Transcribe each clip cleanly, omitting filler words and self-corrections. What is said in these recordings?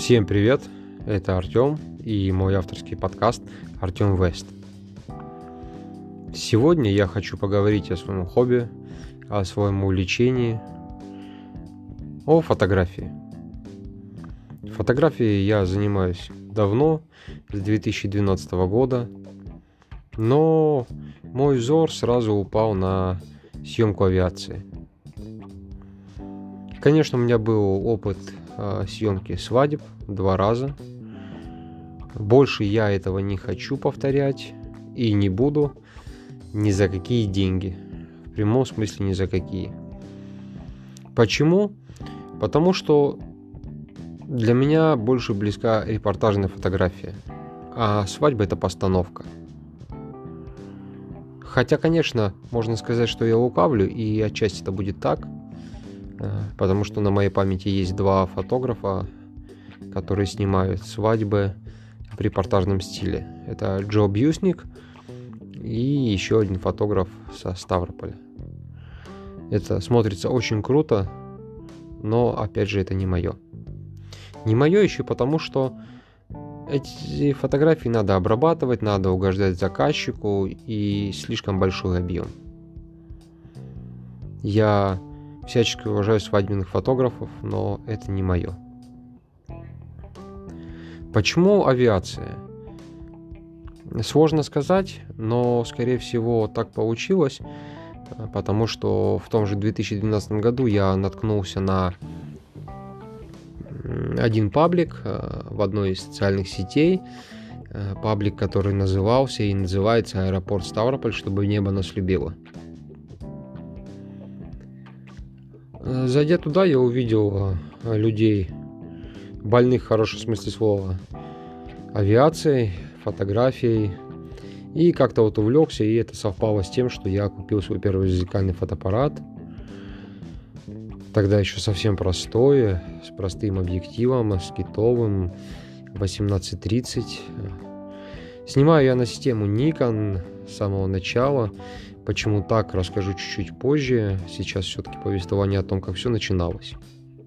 Всем привет, это Артем и мой авторский подкаст Артем Вест. Сегодня я хочу поговорить о своем хобби, о своем увлечении, о фотографии. Фотографией я занимаюсь давно, с 2012 года, но мой взор сразу упал на съемку авиации. Конечно, у меня был опыт съемки свадеб 2 раза. Больше я этого не хочу повторять и не буду ни за какие деньги. В прямом смысле ни за какие. Почему? Потому что для меня больше близка репортажная фотография, а свадьба — это постановка. Хотя, конечно, можно сказать, что я лукавлю, и отчасти это будет так, потому что на моей памяти есть 2 фотографа, которые снимают свадьбы в репортажном стиле. Это Джо Бьюсник и еще один фотограф со Ставрополя. Это смотрится очень круто, но, опять же, это не мое. Не мое еще потому, что эти фотографии надо обрабатывать, надо угождать заказчику и слишком большой объем. Я всячески уважаю свадебных фотографов, но это не мое. Почему авиация? Сложно сказать, но, скорее всего, так получилось, потому что в том же 2012 году я наткнулся на один паблик в одной из социальных сетей, паблик, который назывался и называется «Аэропорт Ставрополь, чтобы небо нас любило». Зайдя туда, я увидел людей, больных в хорошем смысле слова, авиацией, фотографией, и как-то вот увлекся, и это совпало с тем, что я купил свой первый зеркальный фотоаппарат, тогда еще совсем простой, с простым объективом, с китовым, 18-30. Снимаю я на систему Nikon с самого начала. Почему так, расскажу чуть-чуть позже. Сейчас все-таки повествование о том, как все начиналось.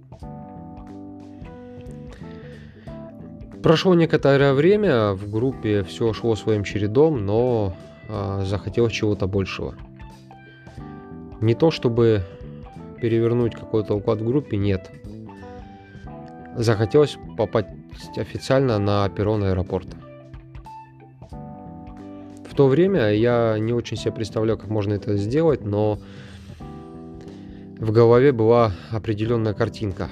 Прошло некоторое время, в группе все шло своим чередом, но захотелось чего-то большего. Не то чтобы перевернуть какой-то уклад в группе, нет. Захотелось попасть официально на перрон аэропорта. В то время я не очень себе представлял, как можно это сделать, но в голове была определенная картинка.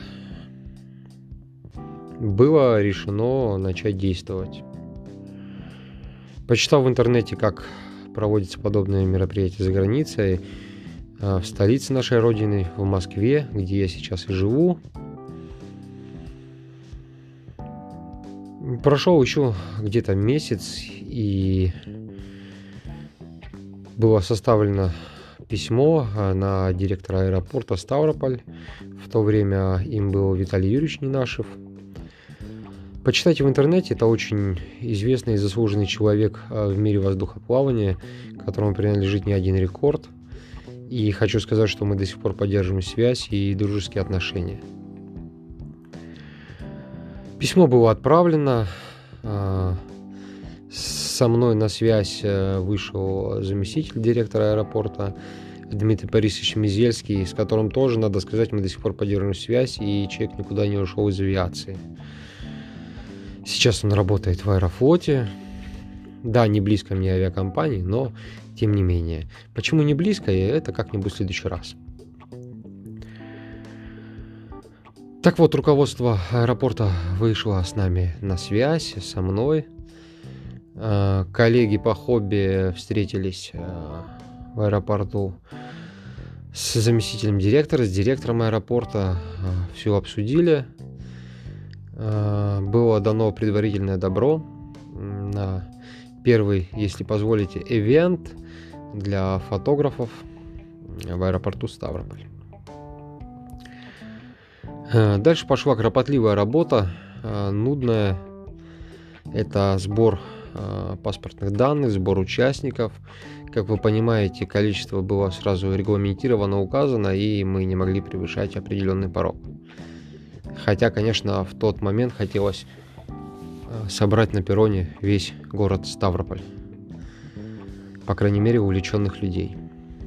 Было решено начать действовать. Почитал в интернете, как проводятся подобные мероприятия за границей, в столице нашей родины, в Москве, где я сейчас и живу. Прошел еще где-то месяц, и было составлено письмо на директора аэропорта Ставрополь. В то время им был Виталий Юрьевич Ненашев. Почитайте в интернете, это очень известный и заслуженный человек в мире воздухоплавания, которому принадлежит не один рекорд. И хочу сказать, что мы до сих пор поддерживаем связь и дружеские отношения. Письмо было отправлено. Со мной на связь вышел заместитель директора аэропорта Дмитрий Борисович Мизельский, с которым тоже, надо сказать, мы до сих пор поддерживаем связь, и человек никуда не ушел из авиации. Сейчас он работает в Аэрофлоте. Да, не близко мне авиакомпании, но тем не менее. Почему не близко, это как-нибудь в следующий раз. Так вот, руководство аэропорта вышло с нами на связь, со мной. Коллеги по хобби встретились в аэропорту с заместителем директора, с директором аэропорта. Все обсудили. Было дано предварительное добро на первый, если позволите, ивент для фотографов в аэропорту Ставрополь. Дальше пошла кропотливая работа, нудная. Это сбор паспортных данных, сбор участников. Как вы понимаете, количество было сразу регламентировано, указано, и мы не могли превышать определенный порог. Хотя, конечно, в тот момент хотелось собрать на перроне весь город Ставрополь. По крайней мере, увлеченных людей.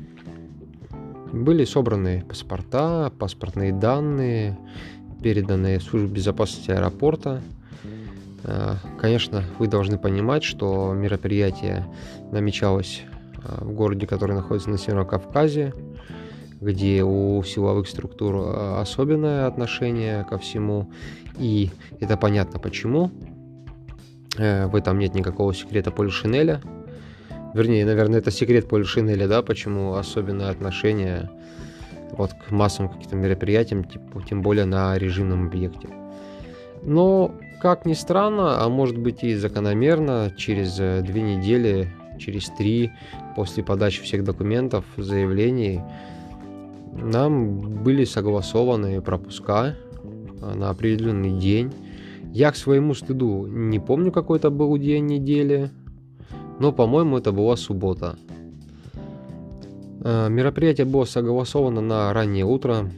Были собраны паспорта, паспортные данные, переданные в службу безопасности аэропорта. Конечно, вы должны понимать, что мероприятие намечалось в городе, который находится на Северном Кавказе, где у силовых структур особенное отношение ко всему. И это понятно почему. В этом нет никакого секрета Полишинеля. Вернее, наверное, это секрет Полишинеля, да, почему особенное отношение вот к массовым каким-то мероприятиям, тем более на режимном объекте. Но, как ни странно, а может быть и закономерно, через 2 недели, через 3 после подачи всех документов, заявлений, нам были согласованы пропуска на определенный день. Я к своему стыду не помню, какой это был день недели, но, по-моему, это была суббота. Мероприятие было согласовано на раннее утро.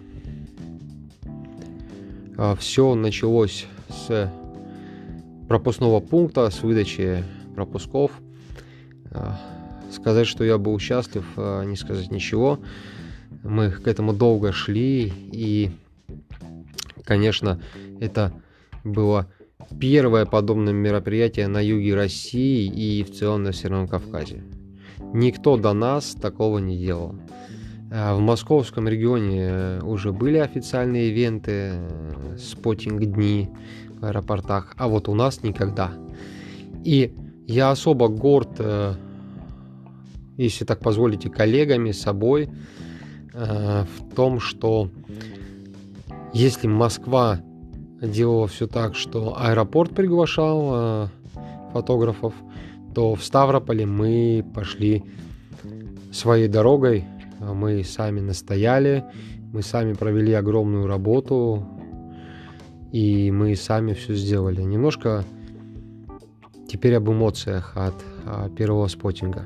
Все началось с пропускного пункта, с выдачи пропусков. Сказать, что я был счастлив, не сказать ничего. Мы к этому долго шли, и, конечно, это было первое подобное мероприятие на юге России и в целом на Северном Кавказе. Никто до нас такого не делал. В московском регионе уже были официальные ивенты, спотинг-дни в аэропортах, а вот у нас никогда. И я особо горд, если так позволите, коллегами, собой, в том, что если Москва делала все так, что аэропорт приглашал фотографов, то в Ставрополе мы пошли своей дорогой, мы сами настояли, мы сами провели огромную работу, и мы сами все сделали. Немножко теперь об эмоциях от первого спотинга.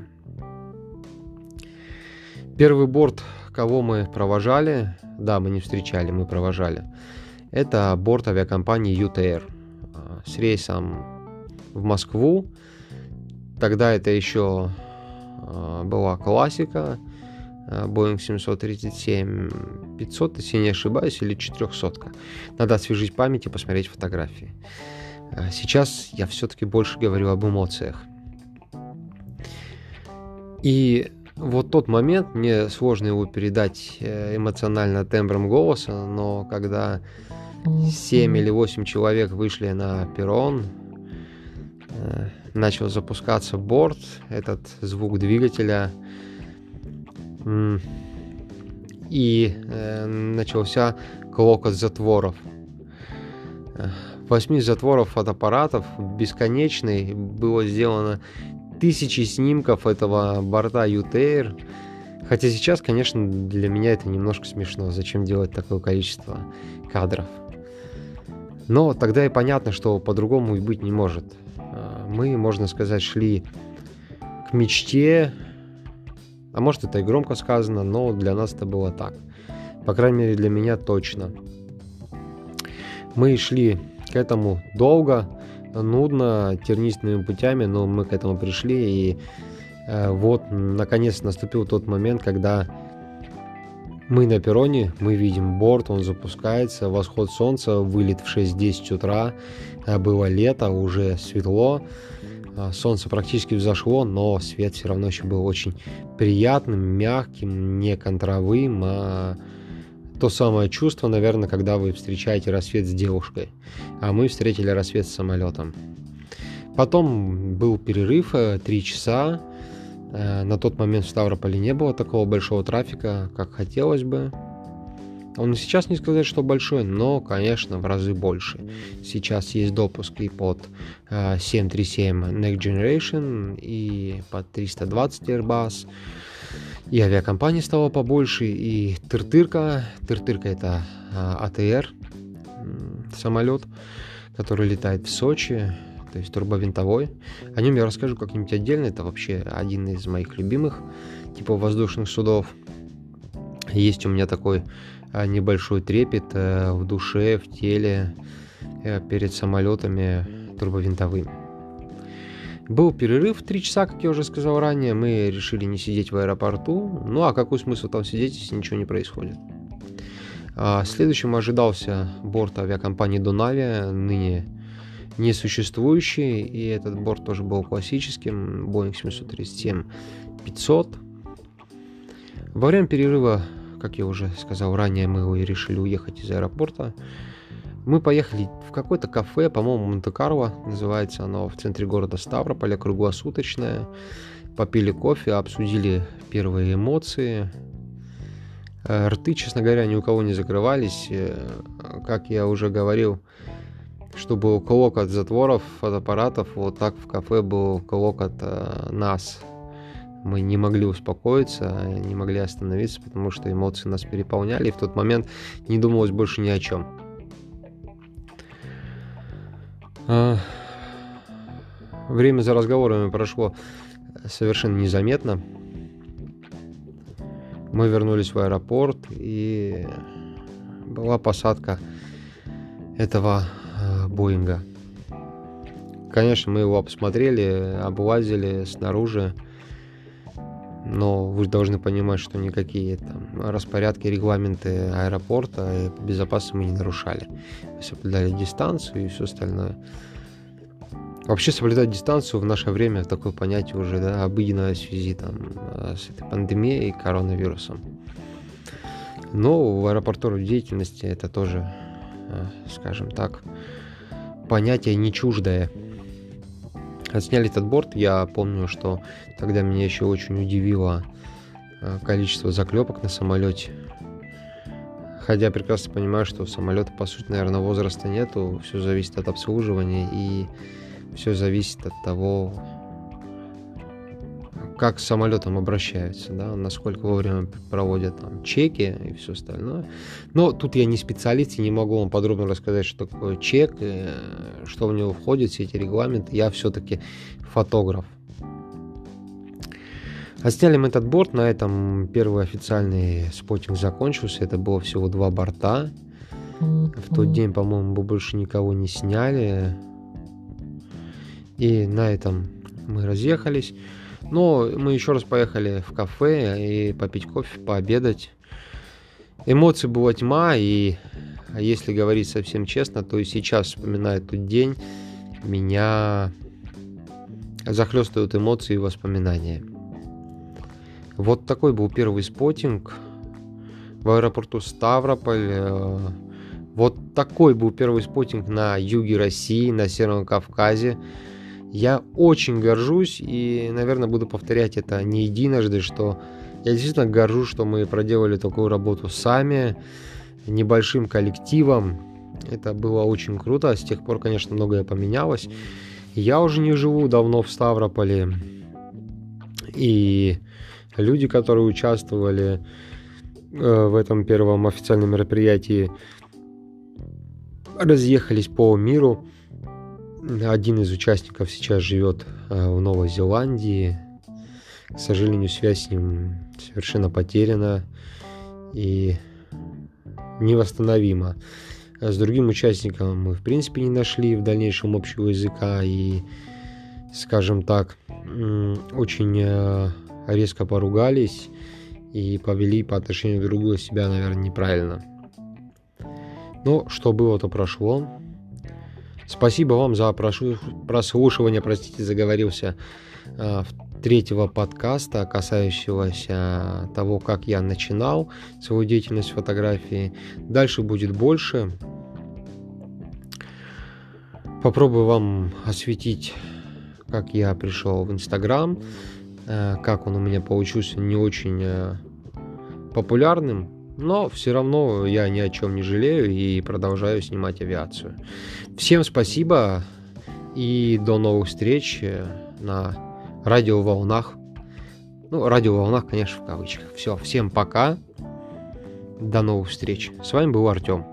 Первый борт, кого мы провожали, да, мы не встречали, мы провожали, это борт авиакомпании UTR с рейсом в Москву. Тогда это еще была классика, Boeing 737-500, если не ошибаюсь, или 400. Надо освежить память и посмотреть фотографии. Сейчас я все-таки больше говорю об эмоциях. И вот тот момент, мне сложно его передать эмоционально тембром голоса, но когда 7 или 8 человек вышли на перрон, начал запускаться борт, этот звук двигателя, и начался клокот затворов. 8 затворов фотоаппаратов бесконечный, было сделано 1000 снимков этого борта UTR. Хотя сейчас, конечно, для меня это немножко смешно. Зачем делать такое количество кадров? Но тогда и понятно, что по-другому и быть не может. Мы, можно сказать, шли к мечте. А может, это и громко сказано, но для нас это было так. По крайней мере, для меня точно. Мы шли к этому долго, нудно, тернистыми путями, но мы к этому пришли. И вот, наконец, наступил тот момент, когда мы на перроне, мы видим борт, он запускается, восход солнца, вылет в 6-10 утра, было лето, уже светло, солнце практически взошло, но свет все равно еще был очень приятным, мягким, не контровым, а то самое чувство, наверное, когда вы встречаете рассвет с девушкой, а мы встретили рассвет с самолетом. Потом был перерыв 3 часа. На тот момент в Ставрополе не было такого большого трафика, как хотелось бы. Он и сейчас не сказать, что большой, но, конечно, в разы больше. Сейчас есть допуск и под 737 Next Generation, и под 320 Airbus. И авиакомпаний стало побольше, и Тыртырка. Тыртырка — это АТР, самолет, который летает в Сочи, то есть турбовинтовой. О нем я расскажу как-нибудь отдельно. Это вообще один из моих любимых типов воздушных судов. есть у меня такой небольшой трепет в душе, в теле перед самолетами турбовинтовыми. Был перерыв 3 часа, как я уже сказал ранее. Мы решили не сидеть в аэропорту. Ну а какой смысл там сидеть, если ничего не происходит? Следующим ожидался борт авиакомпании Donavia, ныне несуществующий. И этот борт тоже был классическим, Boeing 737-500. Во время перерыва, как я уже сказал ранее, мы решили уехать из аэропорта. Мы поехали в какое-то кафе, по-моему, Монте-Карло называется оно, в центре города Ставрополя, круглосуточное. Попили кофе, обсудили первые эмоции. Рты, честно говоря, ни у кого не закрывались. Как я уже говорил, что был клокот затворов, фотоаппаратов, вот так в кафе был клокот нас. Мы не могли успокоиться, не могли остановиться, потому что эмоции нас переполняли, и в тот момент не думалось больше ни о чем. Время за разговорами прошло совершенно незаметно. Мы вернулись в аэропорт, и была посадка этого Боинга. Конечно, мы его обсмотрели, облазили снаружи, но вы должны понимать, что никакие там распорядки, регламенты аэропорта по безопасности мы не нарушали. Мы соблюдали дистанцию и все остальное. Вообще соблюдать дистанцию в наше время такое понятие уже, да, обыденное в связи там с этой пандемией, коронавирусом. Но в аэропортовой деятельности это тоже, скажем так, понятие не чуждое. Отсняли этот борт, я помню, что тогда меня еще очень удивило количество заклепок на самолете. Хотя прекрасно понимаю, что у самолета, по сути, наверное, возраста нету, все зависит от обслуживания и все зависит от того, как с самолетом обращаются, да, насколько вовремя проводят там чеки и все остальное. Но тут я не специалист и не могу вам подробно рассказать, что такое чек, что в него входит, все эти регламенты. Я все-таки фотограф. Отсняли мы этот борт, на этом первый официальный споттинг закончился. Это было всего 2 борта. В тот день, по-моему, мы больше никого не сняли. И на этом мы разъехались. Но мы еще раз поехали в кафе и попить кофе, пообедать. Эмоций была тьма, и если говорить совсем честно, то и сейчас, вспоминая тот день, меня захлестывают эмоции и воспоминания. Вот такой был первый споттинг в аэропорту Ставрополь. Вот такой был первый споттинг на юге России, на Северном Кавказе. Я очень горжусь и, наверное, буду повторять это не единожды, что я действительно горжусь, что мы проделали такую работу сами, небольшим коллективом. Это было очень круто. С тех пор, конечно, многое поменялось. Я уже не живу давно в Ставрополе. И люди, которые участвовали в этом первом официальном мероприятии, разъехались по миру. Один из участников сейчас живет в Новой Зеландии. К сожалению, связь с ним совершенно потеряна и невосстановима. С другим участником мы, в принципе, не нашли в дальнейшем общего языка и, скажем так, очень резко поругались и повели по отношению друг к другу себя, наверное, неправильно. Но что было, то прошло. Спасибо вам за прослушивание, заговорился, 3-го подкаста, касающегося того, как я начинал свою деятельность в фотографии. Дальше будет больше. Попробую вам осветить, как я пришел в Инстаграм, как он у меня получился не очень популярным. Но все равно я ни о чем не жалею и продолжаю снимать авиацию. Всем спасибо и до новых встреч на радиоволнах. Ну, радиоволнах, конечно, в кавычках. Все, всем пока. До новых встреч. С вами был Артем.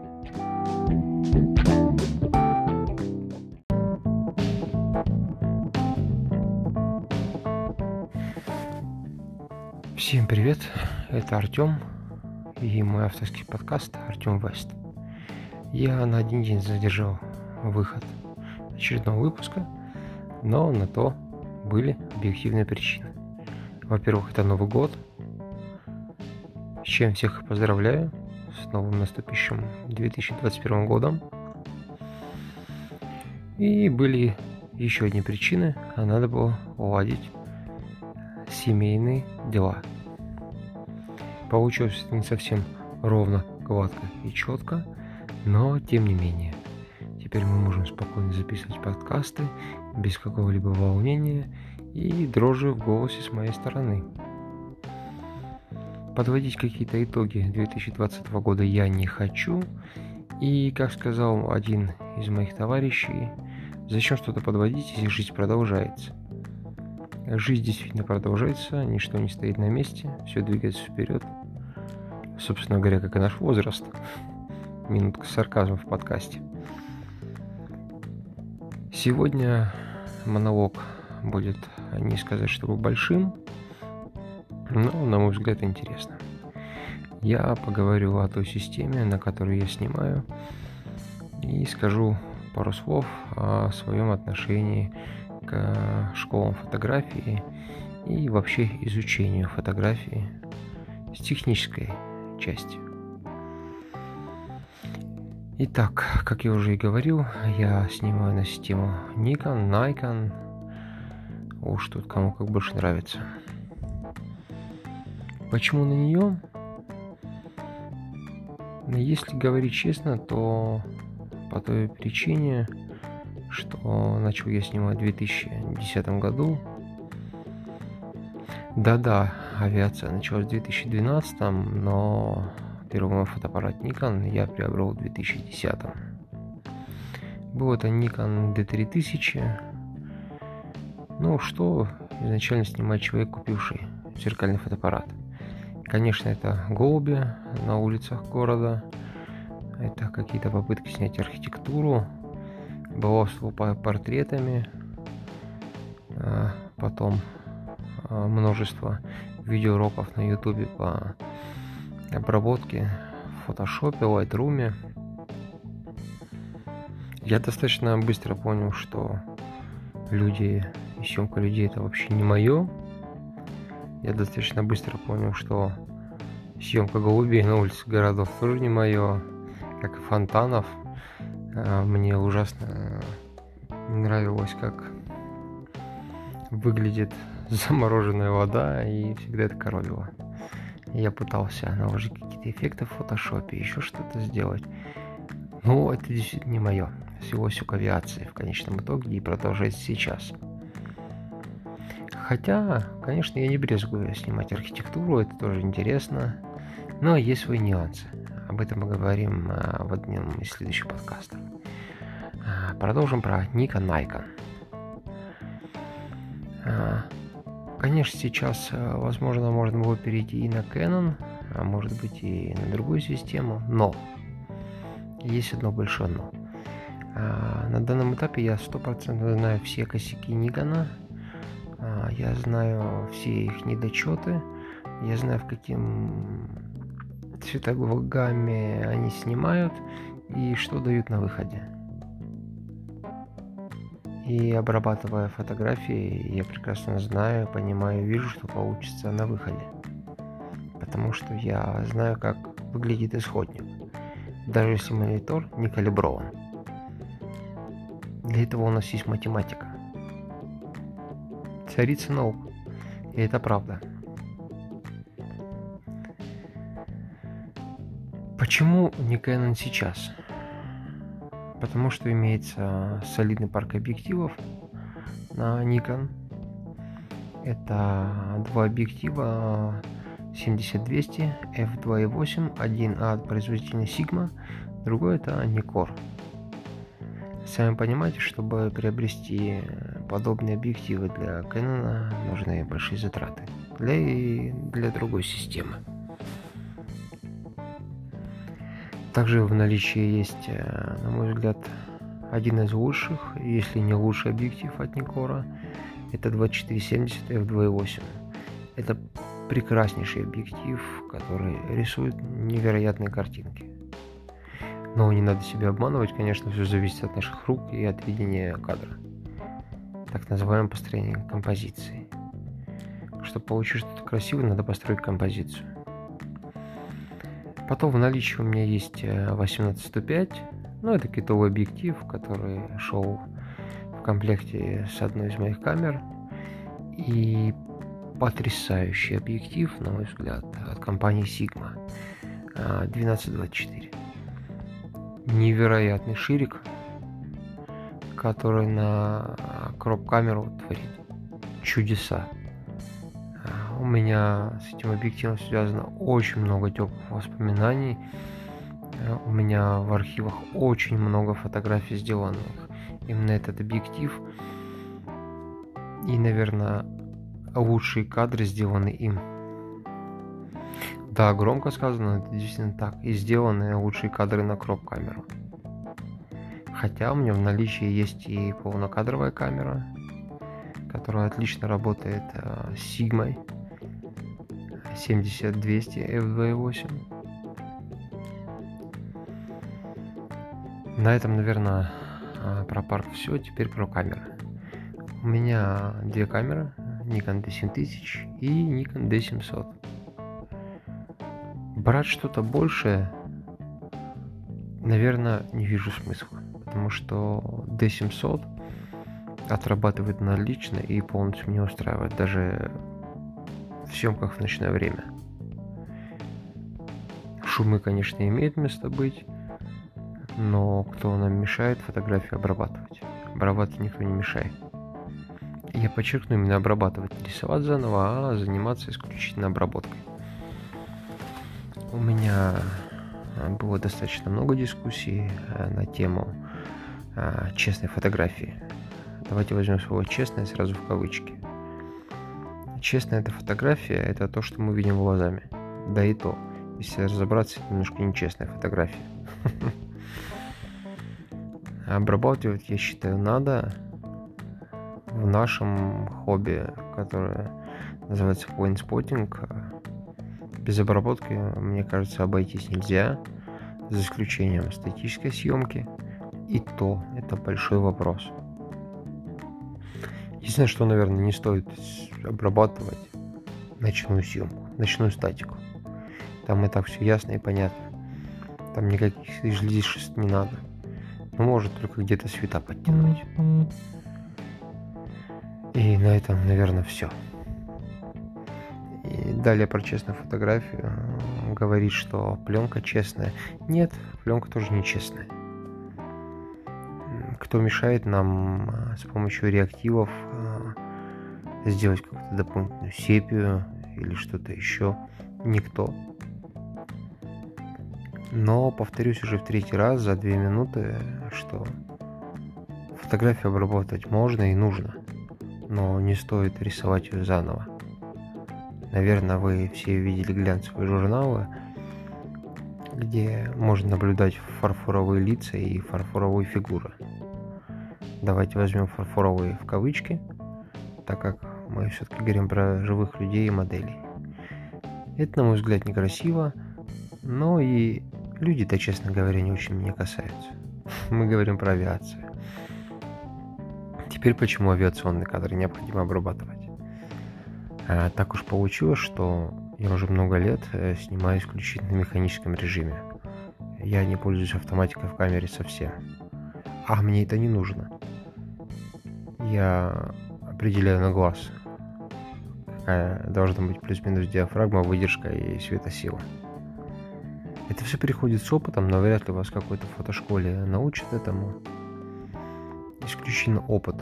Всем привет, это Артем. и мой авторский подкаст Артем Вест. Я на один день задержал выход очередного выпуска, но на то были объективные причины. Во-первых, это Новый год, с чем всех поздравляю с новым наступившим 2021 годом. И были еще одни причины, надо было уладить семейные дела. Получилось не совсем ровно, гладко и четко, но тем не менее. Теперь мы можем спокойно записывать подкасты без какого-либо волнения и дрожи в голосе с моей стороны. Подводить какие-то итоги 2020 года я не хочу. И, как сказал один из моих товарищей, зачем что-то подводить, если жизнь продолжается? Жизнь действительно продолжается, ничто не стоит на месте, все двигается вперед. Собственно говоря, как и наш возраст. Минутка сарказма в подкасте. Сегодня монолог будет, не сказать, чтобы большим, но, на мой взгляд, интересно. Я поговорю о той системе, на которую я снимаю, и скажу пару слов о своем отношении к школам фотографии и вообще изучению фотографии с технической части. Итак, как я уже и говорил, я снимаю на систему Nikon. Уж тут кому как больше нравится. Почему на нее? Если говорить честно, то по той причине, что начал я снимать в 2010 году. Да, авиация началась в 2012, но первый мой фотоаппарат Nikon я приобрел в 2010. Был это Nikon D3000. Ну, что изначально снимает человек, купивший зеркальный фотоаппарат? Конечно, это голуби на улицах города. Это какие-то попытки снять архитектуру, баловство портретами, потом множество видеоуроков на YouTube по обработке в фотошопе, Lightroom. Я достаточно быстро понял, что люди и съемка людей — это вообще не мое. Я достаточно быстро понял, что съемка голубей на улицах городов тоже не мое, как и фонтанов. Мне ужасно не нравилось, как выглядит замороженная вода, и всегда это коробило. Я пытался наложить какие-то эффекты в фотошопе, еще что-то сделать. Но это действительно не мое. Свелось все к авиации в конечном итоге и продолжается сейчас. Хотя, конечно, я не брезгую снимать архитектуру, это тоже интересно. Но есть свои нюансы. Об этом мы говорим в одном из следующих подкастов. Продолжим про Nikon. Конечно, сейчас, возможно, можно было перейти и на Canon, а может быть и на другую систему, но есть одно большое но. На данном этапе я 100% знаю все косяки Nikon, я знаю все их недочеты, я знаю, в каким цветовой гамме они снимают и что дают на выходе. И обрабатывая фотографии, я прекрасно знаю, понимаю, вижу, что получится на выходе. Потому что я знаю, как выглядит исходник, даже если монитор не калиброван. Для этого у нас есть математика. Царица наук. И это правда. Почему не Canon сейчас? Потому что имеется солидный парк объективов на Nikon. Это два объектива 70-200 f2.8, один от производителя Sigma, другой это Nikkor. Сами понимаете, чтобы приобрести подобные объективы для Canon нужны большие затраты для другой системы. Также в наличии есть, на мой взгляд, один из лучших, если не лучший объектив от Nikkor. Это 24-70 f2.8. Это прекраснейший объектив, который рисует невероятные картинки. Но не надо себя обманывать, конечно, все зависит от наших рук и от видения кадра. Так называемое построение композиции. Чтобы получить что-то красивое, надо построить композицию. Потом в наличии у меня есть 18-105. Это китовый объектив, который шел в комплекте с одной из моих камер. И потрясающий объектив, на мой взгляд, от компании Sigma 12-24. Невероятный ширик, который на кроп-камеру творит чудеса. У меня с этим объективом связано очень много теплых воспоминаний. У меня в архивах очень много фотографий, сделанных именно этот объектив. И, наверное, лучшие кадры сделаны им. Да, громко сказано, это действительно так. И сделаны лучшие кадры на кроп-камеру. Хотя у меня в наличии есть и полнокадровая камера, которая отлично работает с Sigma 70-200 f2.8. На этом, наверное, про парк все. Теперь про камеры. У меня две камеры, Nikon D7000 и Nikon D700. Брать что-то большее, наверное, не вижу смысла, потому что D700 отрабатывает налично и полностью меня устраивает, даже в съемках в ночное время. Шумы, конечно, имеют место быть, но кто нам мешает фотографию обрабатывать? Обрабатывать никто не мешает. Я подчеркну, именно обрабатывать, не рисовать заново, а заниматься исключительно обработкой. У меня было достаточно много дискуссий на тему честной фотографии. Давайте возьмем слово «честное» сразу в кавычки. Честная эта фотография – это то, что мы видим глазами. Да и то, если разобраться, это немножко нечестная фотография. Обрабатывать, я считаю, надо в нашем хобби, которое называется плейнспоттинг. Без обработки, мне кажется, обойтись нельзя, за исключением статической съемки. И то, это большой вопрос. Единственное, что, наверное, не стоит обрабатывать ночную съемку, ночную статику. Там и так все ясно и понятно. Там никаких излишеств не надо. Может только где-то света подтянуть. И на этом, наверное, все. И далее про честную фотографию. Говорит, что пленка честная. Нет, пленка тоже нечестная. Кто мешает нам с помощью реактивов сделать какую-то дополнительную сепию или что-то еще? Никто. Но повторюсь уже в третий раз за 2 минуты, что фотографию обрабатывать можно и нужно, но не стоит рисовать ее заново. Наверное, вы все видели глянцевые журналы, где можно наблюдать фарфоровые лица и фарфоровые фигуры. Давайте возьмем фарфоровые в кавычки, так как мы все-таки говорим про живых людей и моделей. Это, на мой взгляд, некрасиво, но и люди-то, честно говоря, не очень меня касаются. Мы говорим про авиацию. Теперь почему авиационные кадры необходимо обрабатывать? Так уж получилось, что я уже много лет снимаю исключительно в механическом режиме. Я не пользуюсь автоматикой в камере совсем. А мне это не нужно. Я определяю на глаз, какая должна быть плюс-минус диафрагма, выдержка и светосила. Это все приходит с опытом, но вряд ли вас в какой-то фотошколе научат этому. Исключительно опыт.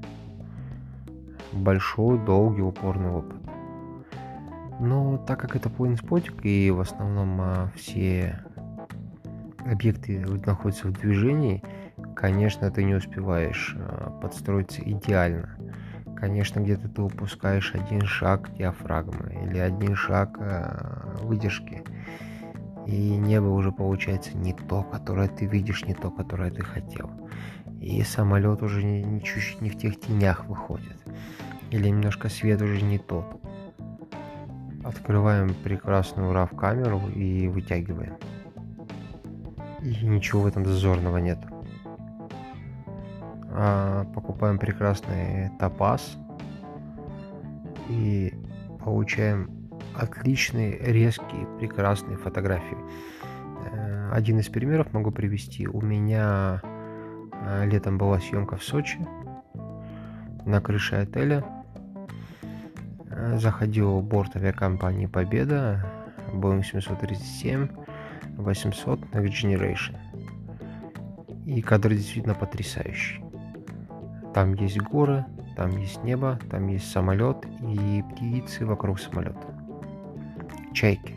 Большой, долгий, упорный опыт. Но так как это плейнспоттинг и в основном все объекты находятся в движении, конечно, ты не успеваешь подстроиться идеально. Конечно, где-то ты упускаешь один шаг диафрагмы или один шаг выдержки. И небо уже получается не то, которое ты видишь, не то, которое ты хотел. И самолет уже чуть-чуть не в тех тенях выходит. Или немножко свет уже не тот. Открываем прекрасную RAW-камеру и вытягиваем. И ничего в этом зазорного нет. Покупаем прекрасный топаз и получаем отличные, резкие, прекрасные фотографии. Один из примеров могу привести. У меня летом была съемка в Сочи на крыше отеля. Заходил борт авиакомпании Победа, Boeing 737-800 Next Generation. И кадр действительно потрясающий. Там есть горы, там есть небо, там есть самолет и птицы вокруг самолета. Чайки.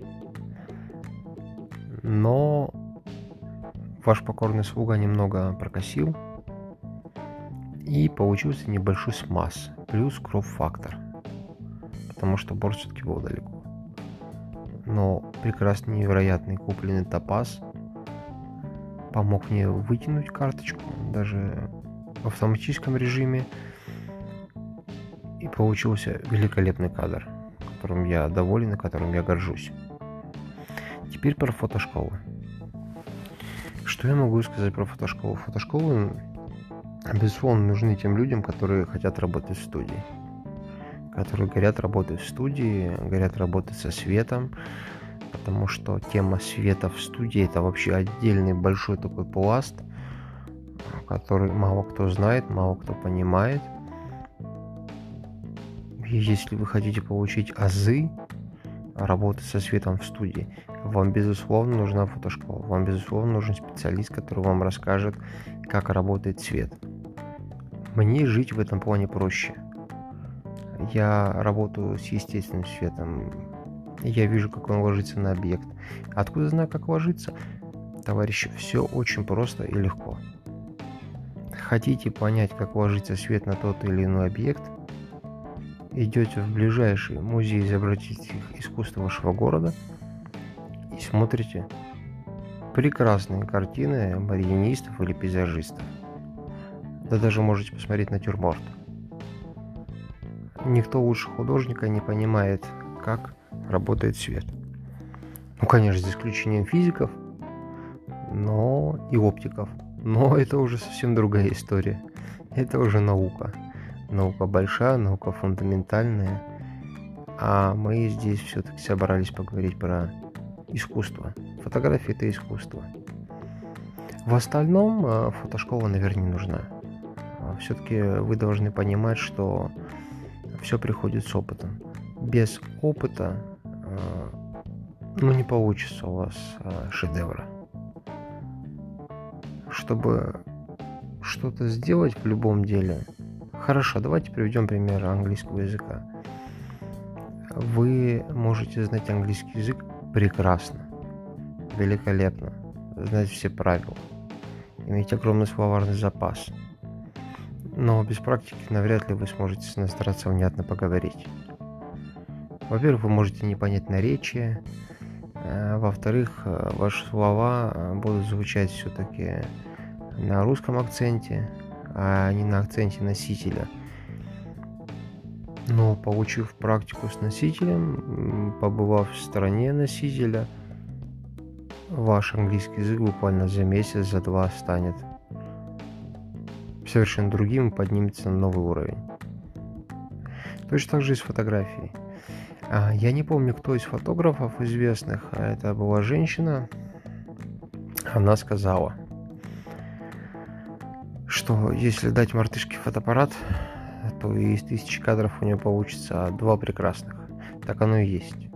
Но ваш покорный слуга немного прокосил, и получился небольшой смаз, плюс кроп-фактор, потому что борт все-таки был далеко. Но прекрасный, невероятный купленный топаз помог мне вытянуть карточку, даже в автоматическом режиме, и получился великолепный кадр, которым я доволен и которым я горжусь. Теперь про фотошколу. Что я могу сказать про фотошколу? Фотошколы, безусловно, нужны тем людям, которые хотят работать в студии, которые горят работать в студии, горят работать со светом, потому что тема света в студии — это вообще отдельный большой такой пласт, который мало кто знает, мало кто понимает. И если вы хотите получить азы работы со светом в студии, вам, безусловно, нужна фотошкола. Вам, безусловно, нужен специалист, который вам расскажет, как работает свет. Мне жить в этом плане проще. Я работаю с естественным светом. Я вижу, как он ложится на объект. Откуда знаю, как ложится? Товарищи, все очень просто и легко. Хотите понять, как ложится свет на тот или иной объект? Идете в ближайший музей изобразительных искусств вашего города и смотрите прекрасные картины марионистов или пейзажистов. Да даже можете посмотреть натюрморт. Никто лучше художника не понимает, как работает свет. Ну, конечно, за исключением физиков, но и оптиков. Но это уже совсем другая история. Это уже наука. Наука большая, наука фундаментальная. А мы здесь все-таки собрались поговорить про искусство. Фотография — это искусство. В остальном фотошкола, наверное, не нужна. Все-таки вы должны понимать, что все приходит с опытом. Без опыта не получится у вас шедевра. Чтобы что-то сделать в любом деле. Хорошо, давайте приведем пример английского языка. Вы можете знать английский язык прекрасно, великолепно, знать все правила, иметь огромный словарный запас. Но без практики навряд ли вы сможете с иностранцем внятно поговорить. Во-первых, вы можете не понять наречие. Во-вторых, ваши слова будут звучать все-таки на русском акценте, а не на акценте носителя. Но получив практику с носителем, побывав в стране носителя, ваш английский язык буквально за месяц, за два станет совершенно другим и поднимется на новый уровень. Точно так же и с фотографией. Я не помню, кто из фотографов известных, это была женщина. Она сказала, что если дать мартышке фотоаппарат, то из 1000 кадров у нее получится 2 прекрасных. Так оно и есть.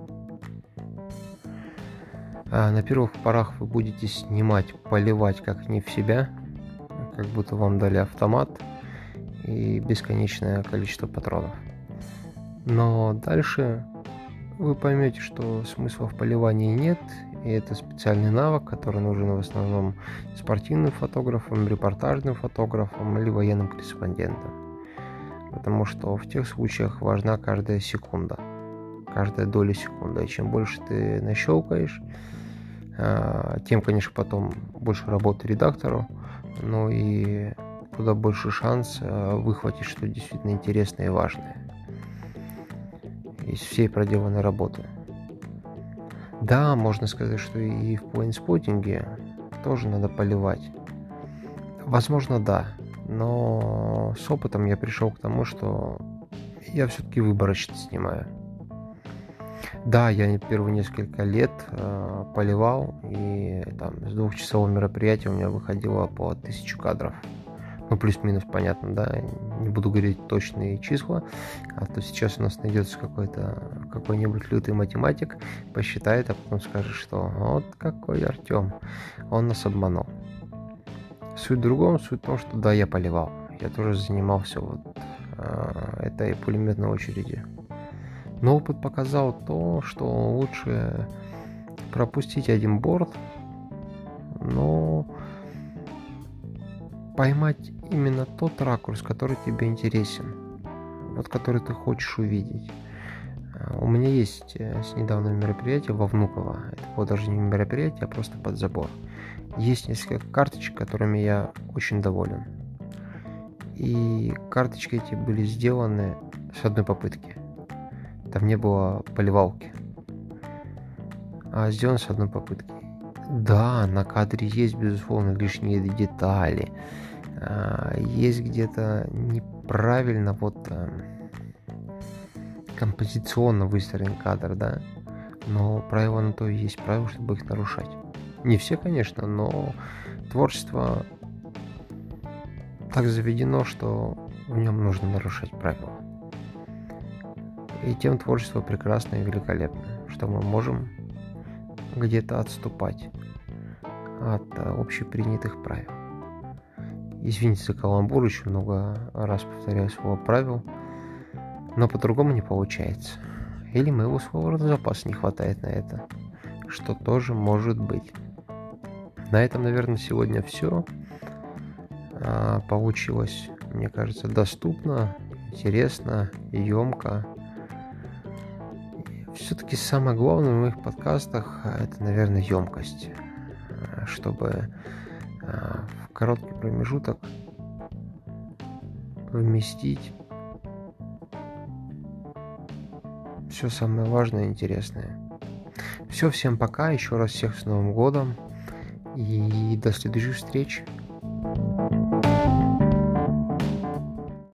На первых порах вы будете снимать, поливать как не в себя, как будто вам дали автомат и бесконечное количество патронов. Но дальше вы поймете, что смысла в поливании нет, и это специальный навык, который нужен в основном спортивным фотографам, репортажным фотографам или военным корреспондентам. Потому что в тех случаях важна каждая секунда, каждая доля секунды. И чем больше ты нащелкаешь, тем, конечно, потом больше работы редактору, но и куда больше шанс выхватить что-то действительно интересное и важное. из всей проделанной работы. Да, можно сказать, что и в плейнспоттинге тоже надо поливать. Возможно, да. Но с опытом я пришел к тому, что я все-таки выборочно снимаю. Да, я первые несколько лет поливал, и там с 2-часового мероприятия у меня выходило по 1000 кадров. Ну, плюс-минус, понятно, да, не буду говорить точные числа, а то сейчас у нас найдется какой-нибудь лютый математик, посчитает, а потом скажет, что вот какой Артем, он нас обманул. Суть в другом, суть в том, что да, я поливал, я тоже занимался этой пулеметной очередью. Но опыт показал то, что лучше пропустить один борт, но поймать именно тот ракурс, который тебе интересен, вот который ты хочешь увидеть. У меня есть с недавнего мероприятия во Внуково, это было даже не мероприятие, а просто под забор. Есть несколько карточек, которыми я очень доволен. И карточки эти были сделаны с одной попытки. Там не было поливалки, а сделано с одной попытки. Да, на кадре есть, безусловно, лишние детали. Есть где-то неправильно композиционно выстроен кадр, да. Но правила на то и есть правила, чтобы их нарушать. Не все, конечно, но творчество так заведено, что в нем нужно нарушать правила. И тем творчество прекрасно и великолепно, что мы можем где-то отступать от общепринятых правил. Извините за каламбур, еще много раз повторяю слово правил, но по-другому не получается. Или моего словарного запаса не хватает на это, что тоже может быть. На этом, наверное, сегодня все. Получилось, мне кажется, доступно, интересно, емко. Все-таки самое главное в моих подкастах это, наверное, емкость, чтобы в короткий промежуток вместить все самое важное и интересное. Все, всем пока, еще раз всех с Новым годом и до следующих встреч.